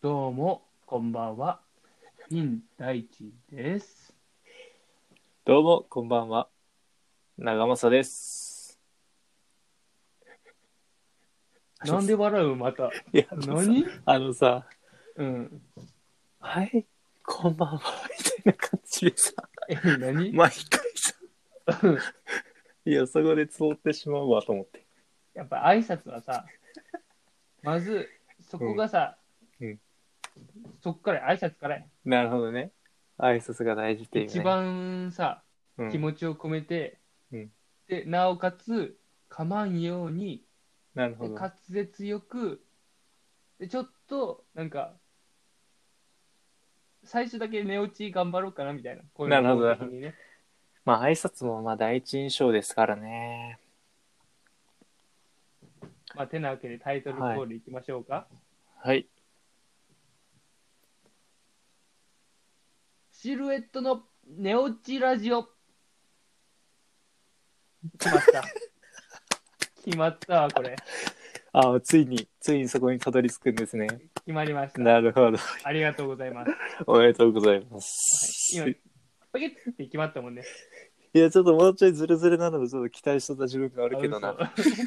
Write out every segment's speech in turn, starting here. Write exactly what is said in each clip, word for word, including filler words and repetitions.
どうも、こんばんは。金大地です。 どうも、こんばんは。長政です。あのさ、 なんで笑うまた。 いや、あのさ、 何あのさ、 うん。 はい、こんばんは、みたいな感じでさ、 え、何毎回さ、いや、そこで通ってしまうわと思って。 やっぱ挨拶はさ、まず、そうん、 こがさ、 うん。 そこから挨拶からやなるほどね。挨拶が大事っていう一ね。 番さ、 うん、 気持ちを込めて、 うん。 で、なおかつ、かまんように、でなるほど。 滑舌よく、で、ちょっと、なんか、最初だけ寝落ち頑張ろうかなみたいな、こういうなるほど、 の思うなるほど。 ときにね。 まあ、挨拶もまあ、第一印象ですからね。 まあ、てなわけでタイトルはい。 コールいきましょうか。 はい。 シルエットの寝落ちラジオ。決まった。決まったわ、これ。 ああ、ついに、ついにそこにたどり着くんですね。 決まりました。 なるほど。 ありがとうございます。 おめでとうございまはい、今、 す。 パキッって決まったもんね。 いや、ちょっともうちょいズルズルなので、ちょっと期待してた自分があるあ、 けどな。 嘘。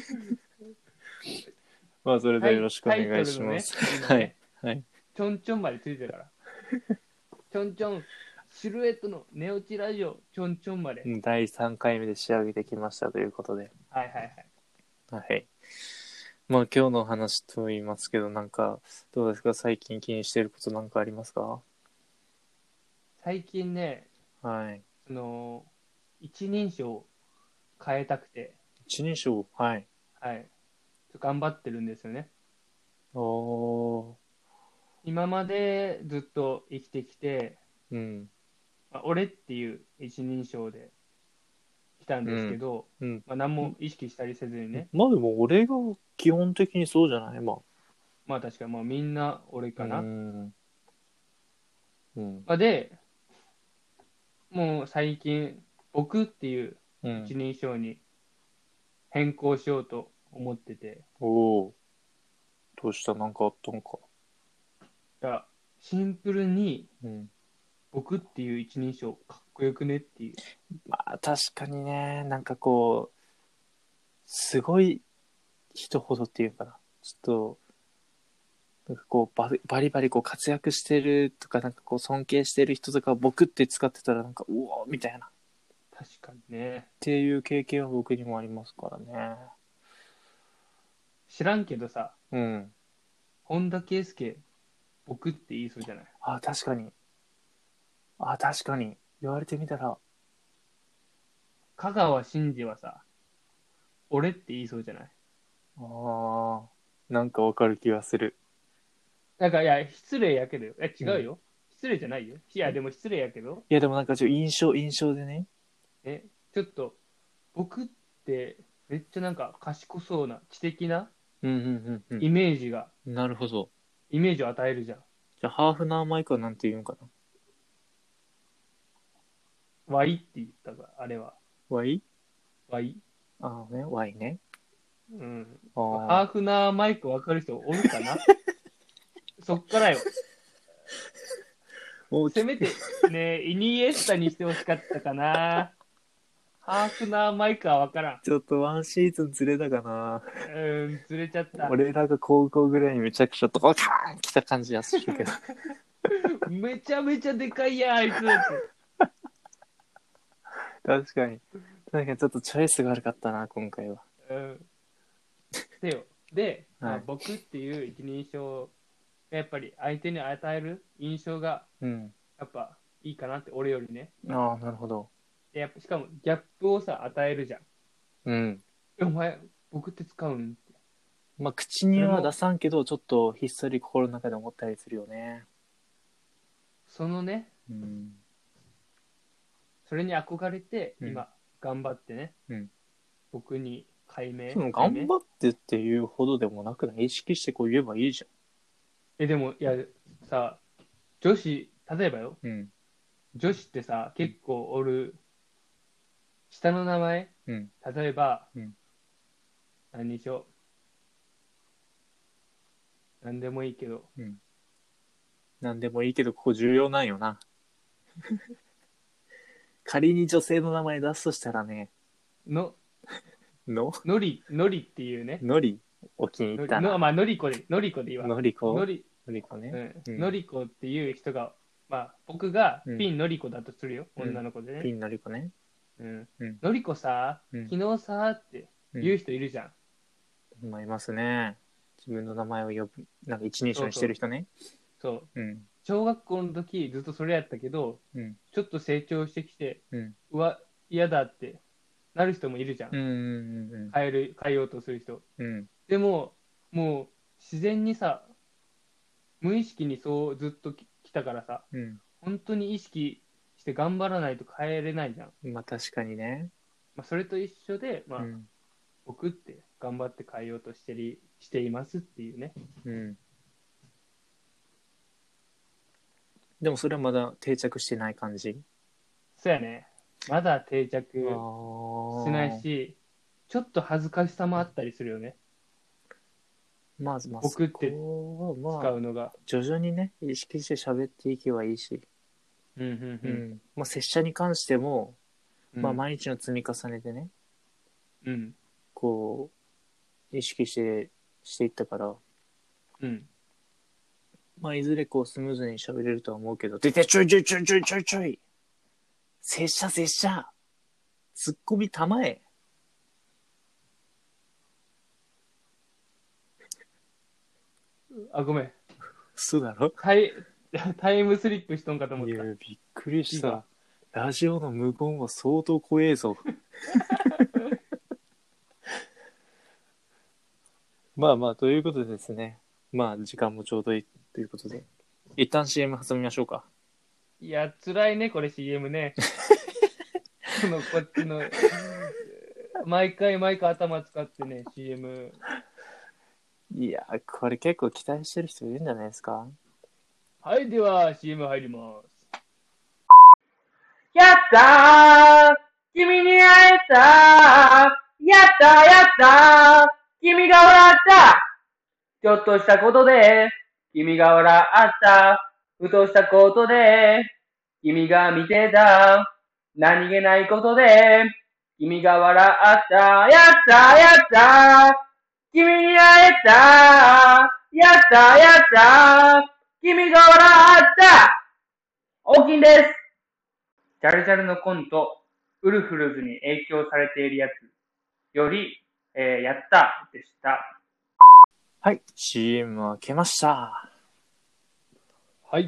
まあ、それでタイ、 はよろしくおタイ願いトルのね、 します。はい。 今ね、 はい。 ちょんちょんまでついてるから。ちょんちょん、シルエットの寝落ちラジオ、ちょんちょんまで。 だいさんかいめで仕上げてきましたということで。 はいはいはい。 はい。まあ、今日の話と言いますけど、なんか、どうですか最近気にしていることなんかありますか？ 最近ね、 はい。 その、一人称を変えたくて、 一人称。はい。 はい。頑張ってるんですよね。 おー。 今までずっと生きてきて、 うん。 まあ、俺っていう一人称で来たんですけうん。 ど、 うん。 まあ、何も意識したりせずにね、 まあでも、俺が基本的にそうじゃないまあ。 まあ確かまあみんな俺うーかな。 ん。うん。 まあ、で、もう最近、僕っていううん。 一人称に変更しようと思ってて、 おー。どうしたなんかあったのか。 いやシンプルにうん。 僕っていう一人称かっこよくねっていう。 まあ、確かにね、なんかこう、すごい人ほどっていうかな。ちょっと、なんかこうバリ、バリバリこう活躍してるとか、なんかこう尊敬してる人とか僕って使ってたらなんか、うおーみたいな。っ確かにね。 ていう経験は僕にもありますからね。 知らんけどさ、 うん。 本田圭佑、僕って言いそうじゃない？ あ、確かに。あ、確かに。言われてみたら、 香川真司はさ、俺って言いそうじゃない？ ああ、なんかわかる気がする。 なんか、いや、失礼やけどよ。え、違うん。 うよ。失礼じゃないよ。いや、 えでも失礼やけど、 いやでもなんかちょっと印象、印象でね。 え、ちょっと、僕ってめっちゃなんか賢そうな、知的なうんうんうんイメージが、 うん。なるほど。 イメージを与えるじゃん。 じゃあハーフナーマイクはなんて言うんかな。 ワイって言ったか、あれは。 ワイワイ。 ああね、ワイね。 うん。 ああ。 ハーフナーマイクわかる人おるかな？そっからよ。 もうき、 せめて、ね、イニエスタにしてほしかったかな。ハーフナーマイクはわからん。 ちょっとワンシーズンずれたかな。 うん、ずれちゃった。 俺らが高校ぐらいにめちゃくちゃドカーン来た感じがするけど。 めちゃめちゃでかいやん、あいつって。 確かに。確かにちょっとチョイスが悪かったな、今回は。 うん。でよ。で、まあ、 はい。 僕っていう一人称がやっぱり相手に与える印象がうん。 やっぱいいかなって、俺よりね。 ああ、なるほど。 で、やっぱしかもギャップをさ、与えるじゃん。 うん。 え、お前、僕って使うんって。 まあ、口には出それも、 さんけど、ちょっとひっそり心の中で思ったりするよね。 そのね、 うん。 それに憧れて、 うん。 今、頑張ってね、 うん。 僕に改名、 でも改名頑張ってっていうほどでもなくない？意識してこう言えばいいじえ、でも、いや、さ、女子、例えばよ、 ゃん。うん。 女子ってさ、 うん。 結構おる、下の名前、 うん。 例えば、 うん。 何にしよう、なんでもいいけど、 うん。 なんでもいいけどここ重要なんよな。仮に女性の名前出すとしたらね、 の、 ののり、のりっていうね。 のりお気に入のり、 ったな。 のまあ、のりこで、のりこでいいわ。 のりこのり、 のりこね。 うんうんのりこっていう人が、まあ、僕がうんピンのりこだとするよ。 うん女の子でね。 ピンのりこね。 うん。 うん。 のりこさ、 うん昨日さって言う人いるじゃん。 うん。まあいますね。自分の名前を呼ぶ、なんか一人称にしてる人ね。 そう。 うん。 小学校の時ずっとそれやったけど、 うん。 ちょっと成長してきて、 うん。 うわ、嫌だってなる人もいるじゃん。 うんうんうん変える、変えようとする人。 うん。うん。 でも、もう自然にさ、無意識にそうずっとき来たからさ、 うん。 本当に意識して頑張らないと変えれないじゃん。 まあ確かにね。 まあ、それと一緒で、まあ、 うん。 僕って頑張って変えようとしてりしていますっていうね。 うん。でもそれはまだ定着してない感じ。 そうやね。まだ定あ着しないあ。 し、ちょっと恥ずかしさもあったりするよね。 まず、まあ、 僕ってそこは、まあ、 使うのが。 徐々にね、意識して喋っていけばいいし。 うんうんううん。 ん。まあ、拙者に関しても、 うん、 まあ、毎日の積み重ねでね、 うん。 こう、意識して、していったから、 うん。 まあ、いずれこう、スムーズに喋れるとは思うけど、でてちょいちょいちょいちょいちょいちょい、拙者拙者、ツッコミたまえ。 あ、ごめん。 そうだろ。 タイ、タイムスリップしとんかと思っいや、 た。 びっくりしいいかた。ラジオの無言は相当怖えぞ。まあまあ、ということでですね。まあ、時間もちょうどいいということで。一旦 シーエム 挟みましょうか。 いや、辛いね、これ シーエム ね。この、こっちの、毎回毎回頭使ってね、シーエム。 いや、これ結構期待してる人いるんじゃないですか。 はい、では シーエム 入ります。 やったー君に会えたーやったーやったー君が笑ったちょっとしたことで、君が笑ったふとしたことで、君が見てた何気ないことで、君が笑ったやったーやったー君に会えたやったーやったー君が笑った大きいんですジャルジャルのコント、ウルフルズに影響されているやつより、えー、やったでした。 はい、シーエム は開けました。 はい。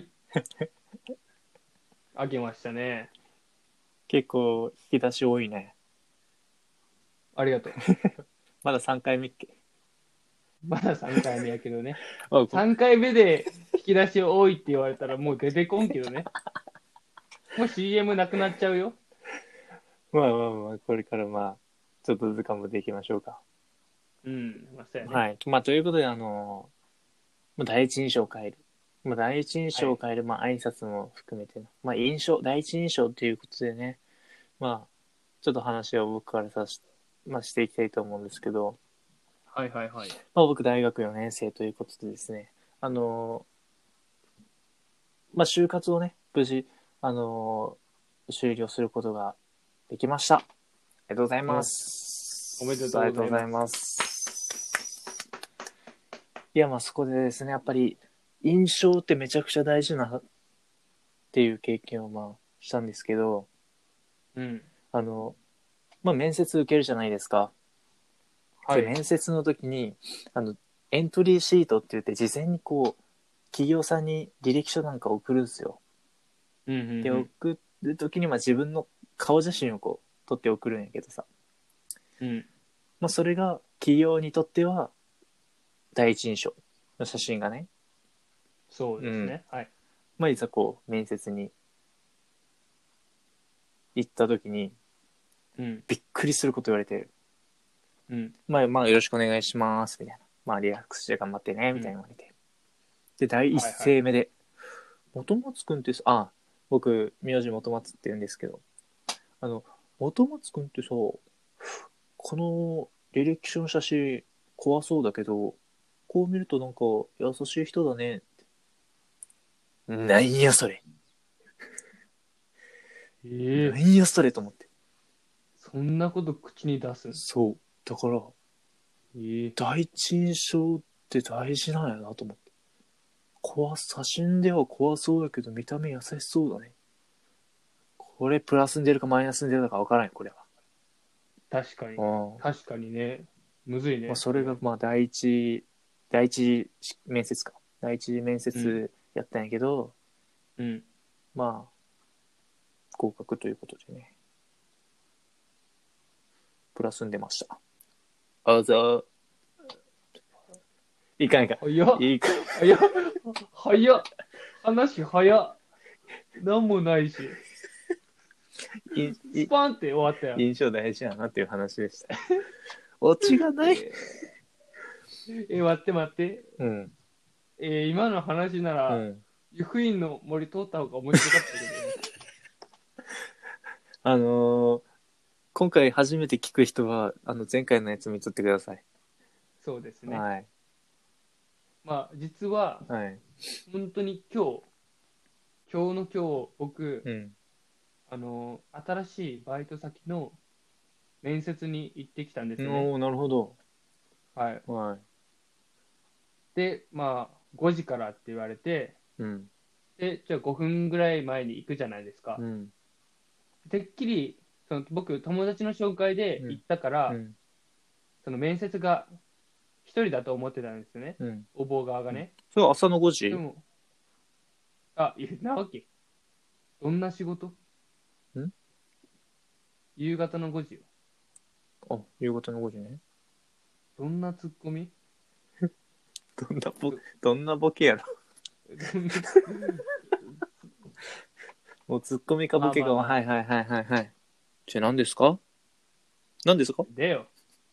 開けましたね。 結構引き出し多いね。 ありがとう。 まださんかいめっけ。 まださんかいめやけどね。 あ、 さんかいめで引き出し多いって言われたらもう出てこんけどね。もう シーエム なくなっちゃうよ。 まあまあまあ、これからまあ、ちょっとずつ頑張っていきましょうか。 うん、まあ、そうやね。 はい。まあ、ということで、あの、まあ、第一印象を変える。まあ、第一印象を変える、まあ、挨拶も含めて、まあ、印象、第一印象ということでね、まあ、ちょっと話を僕からさし、まあ、していきたいと思うんですけど、 はいはいはい。 まあ、僕大学よねん生ということでですね、あのまあ、就活をね、無事、あの終了することができました。ありがとうございます。 おめでとうございます。 ありがとうございます。いや、まあそこでですね、やっぱり印象ってめちゃくちゃ大事なっていう経験をまあしたんですけど、 うん。 あの、まあ面接受けるじゃないですか。 はい。 で面接の時に、あの、エントリーシートって言って事前にこう、企業さんに履歴書なんか送るんですよ。 うんうんうん、 で、送る時にまあ自分の顔写真をこう撮って送るんやけどさ。 うん。 まあそれが企業にとっては第一印象の写真がね。 そうですね。うん、はい。 まあいざこう面接に行った時に、 うん、 びっくりすること言われて、 うん、 まあまあよろしくお願いしますみたいな。まあリラックスして頑張ってねみたいな言われて。うん、で、第一声目で、はいはい、元松くんってさ、あ、僕、名字元松って言うんですけど、あの、元松くんってさ、この履歴書の写真怖そうだけど、こう見るとなんか優しい人だねって。 なんやそれ。 ええなんやそれと思って。 そんなこと口に出す。 そう。だから、 ええ第一印象って大事なんやなと思って。怖写真では怖そうやけど見た目優しそうだね。これプラスに出るかマイナスに出るか分からんよ、これ確かに。 は。うん。 確かにね。むずいね。 まあ、それがまあ第一、第一面接か。第一面接やったんやけど、 うん。 まあ、合格ということでね。プラスに出ました。あざー。いかんいかん。 早っ。 いかん。 早っ。早っ。話早っ。なんもないし。 いいスパンって終わったよ。 印象大事やなっていう話でした。オチがない。 えー、え待って待って。 うん。 えー今の話なうら、 ん。 湯布院の森通った方が面白かったけどね。 あのー、今回初めて聞く人は、あの、前回のやつ見とってください。 そうですね。 はい。 まあ、実は、 はい。 本当に今日、今日の今日、僕、 うん。 あの、新しいバイト先の面接に行ってきたんですよね。 おー、なるほど。 はい。 はで、まあ、ごじからって言われて、 い。うん。 で、じゃあごふんぐらい前に行くじゃないですかう。ん。 てっきり、その僕、友達の紹介で行ったから、 うん。 その面接が一人だと思ってたんですよね。 うん。 応募側がね。 それは朝のごじ？ でも、あ、いやなわけ。どんな仕事？ ん夕方のごじよ。 あ、夕方のごじね。 どんなツッコミ？ どんなボ、どんなボケやろ。 どんなもうツッコミかボケかは、 まあまあまあはいはいはいはいはい。じゃあ何ですか？何ですか？ でよ。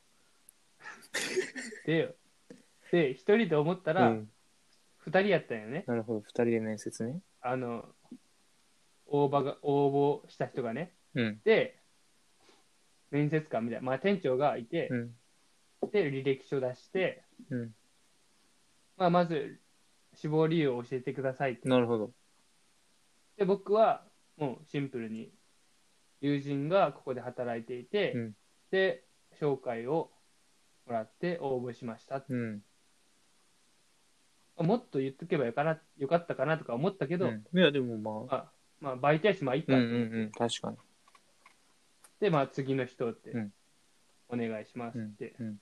でよ。で、一人と思ったら、 うん。 二人やったんよね。 なるほど。二人で面接ね。 あの、応募が、応募した人がね。 うん。 で、面接官みたいな、まあ店長がいて、 うん。 で、履歴書出して、 うん。 まあまず、死亡理由を教えてくださいって。 なるほど。 で、僕は、もうシンプルに、友人がここで働いていて、 うん。 で、紹介をもらって応募しました。 うん。 もっと言っとけばよかな、よかったかなとか思ったけど、 うん。いや、でもまあ。 まあ、まあ、バイトやし、まあ、いいかうんうと思って、 んうん。確かに。 で、まあ、次の人ってうん、 お願いしますうんって。 うん。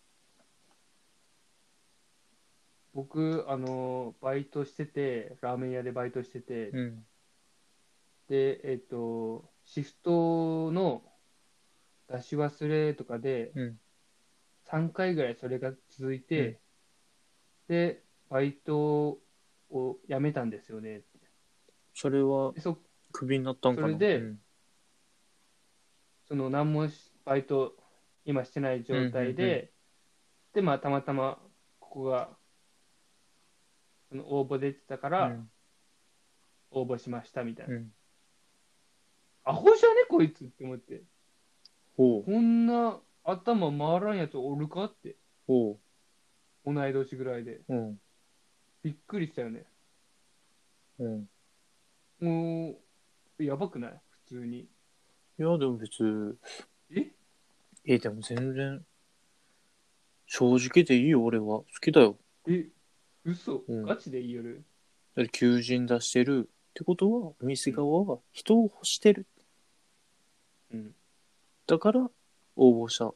僕、あの、バイトしてて、ラーメン屋でバイトしてて、 うん。 で、えっと、シフトの出し忘れとかで、 うん。 さんかいぐらいそれが続いて、で、バイトを辞めたんですよねって。 それは、 でそクビになったんかな？ それでうん。 その何もしバイト今してない状態で、 うんうんうんで、まあ、たまたまここがその応募出てたからうん。 応募しましたみたいな。 うん。 アホじゃねこいつって思って。 ほう。 こんな頭回らんやつおるかって。 ほ同い年ぐらいで。 う。うん。 びっくりしたよね。 うん。 もう、やばくない普通に。 いや、でも別、 ええ、でも全然、正直でいいよ、俺は。好きだよ。 え嘘、 うんガチで言いよる。 だって求人出してるってことは、お店側は人を欲してる。 うん。 だから、応募した。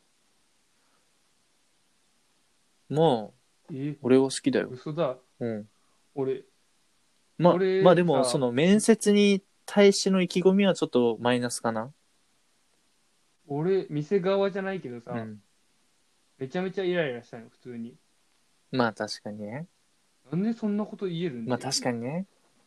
まあ、 え俺は好きだよ。 嘘だ。 うん。 俺、 まあ、 俺まあでも、 さその面接に対しての意気込みはちょっとマイナスかな。 俺、店側じゃないけどさ、 うん。 めちゃめちゃイライラしたの、普通に。 まあ確かにね。 なんでそんなこと言えるんだまあ確かにね。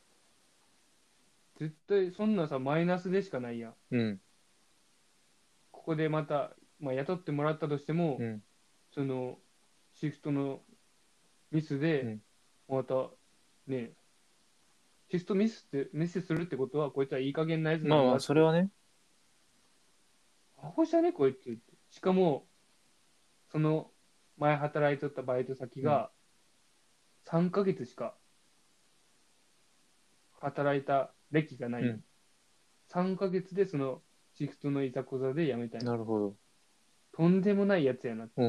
絶対そんなさ、マイナスでしかないやん。 うん。 ここでまた、まあ、雇ってもらったとしても、 うん。 その、シフトのミスうでん、 また、ね、シフトミスって、ミスするってことは、こいつはいい加減なやつなんだって。 まあまあ、それはね。 アホじゃねこいつって。しかも、その、前働いとったバイト先が、さんかげつしか働いた歴がない。 うん、 さんかげつでそのシフトのいざこざで辞めたい。 なるほど。 とんでもないやつやなっうん。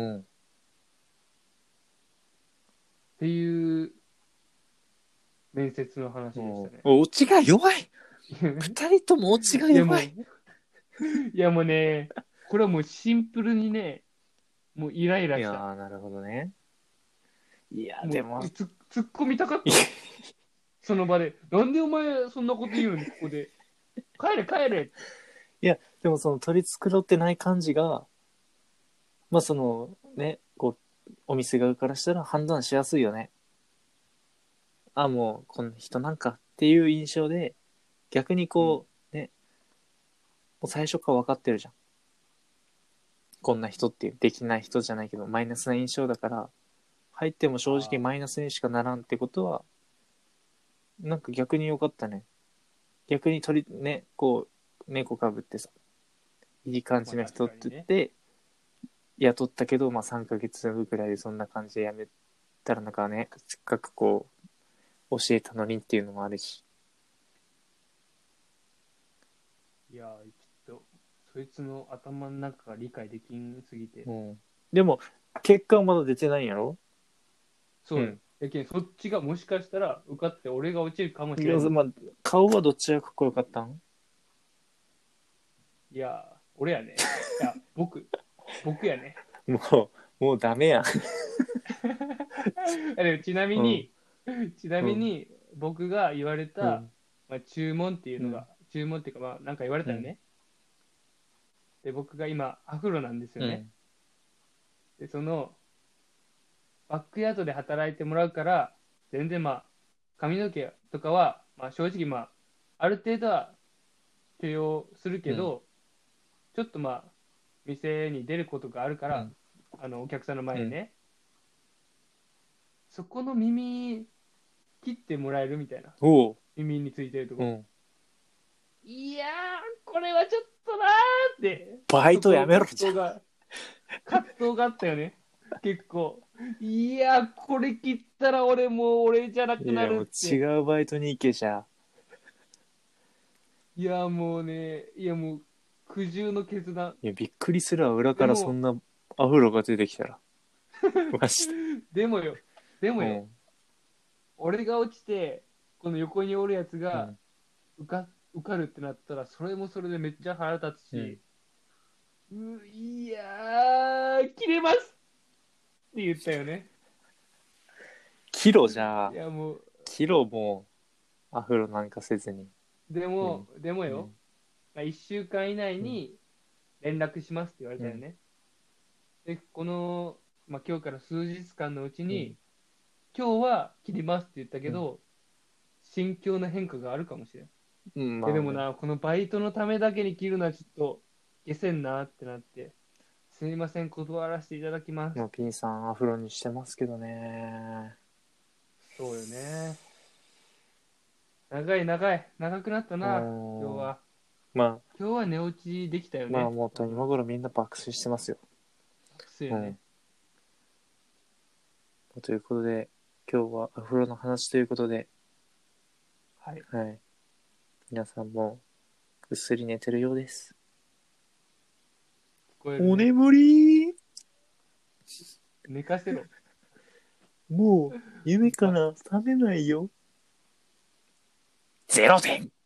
ていう面接の話でしたね。 オチが弱い。二人ともオチがいやもう、 弱い。 いやもうね、これはもうシンプルにね、もうイライラいやした。 ー、なるほどね。いや、 もうでも、 つ突っ込みたかった。その場で。なんでお前そんなこと言うのここで。帰れ帰れ。 いや、でもその取り繕ってない感じが、まあそのね、こう、お店側からしたら判断しやすいよね。あ、もう、この人なんかっていう印象で、逆にこう、ね、もう最初から分かってるじゃん。こんな人っていう、できない人じゃないけど、マイナスな印象だから、入っても正直マイナスにしかならんってことは、なんか逆に良かったね。逆に取り、ね、こう、猫かぶってさ、いい感じの人って言って、雇ったけど、まあさんかげつぐらいでそんな感じで辞めたらなんかね、せっかくこう、教えたのにっていうのもあるし。 いやー、ちょっと、そいつの頭の中が理解できんすぎて。 うん。でも、結果はまだ出てないんやろ？ そうよ。 うんやけん、そっちがもしかしたら受かって俺が落ちるかもしいや、 れない。 まあ、顔はどっちがかっこよかったん？ いやー、俺やね。いや、僕、僕やね。 もう、もうダメやん。 でもちなみに、ちなみに、僕が言われた、 うんまあ、注文っていうのが、 うん注文っていうか、まあ、なんか言われたよね。で、僕が今、アフロなんですよね。で、その、バックヤードで働いてもらうから、全然まあ、髪の毛とかは、まあ、正直まあ、ある程度は許容するけど、ちょっとまあ、店に出ることがあるから、 うんあの、お客さんの前にね、そこの耳切ってもらえるみたいな。 おう。 耳についてるとこ。 うん。 いやー、これはちょっとなーって。 バイトやめろ葛藤が、葛藤があったよね。結構。いやー、これ切ったら俺もう俺じゃなくいや、もうなるって。 違うバイトに行けじゃ。 いや、もうね、いやもう、苦渋の決断。 いや、びっくりするわ、裏からそんなアフロが出てきたら。マジで。 でもよ、でもよ、 うん俺が落ちて、この横におるやつがうん受か、受かるってなったら、それもそれでめっちゃ腹立つし、ういやー、切れますって言ったよね。 キロじゃあい、やもう、 キロもうアフロなんかせずに。 でも、でもよ、 うんまあ、いっしゅうかん以内に連絡しますって言われたよね。で、この、まあ、今日から数日間のうちに、 うん今日は切りますって言ったけど、心境の変化があるかもしれん。 うん、まあねででもな、このバイトのためだけに切るのはちょっと消せんなってなって、すいません、断らせていただきます。 まあ、ピンさんアフロにしてますけどね。 そうよね。長い長い、長くなったな、 うん今日は。 ま今日は寝落ちできたよあ、 ね。 まあもうと今頃みんな爆睡してますよ。 そうよね。 ということで、今日はアフロの話ということで、 はい。 はい。皆さんもぐっすり寝てるようです。 聞こえる、ね。 お眠り寝かせろ。 もう夢から覚めないよ。ゼロてん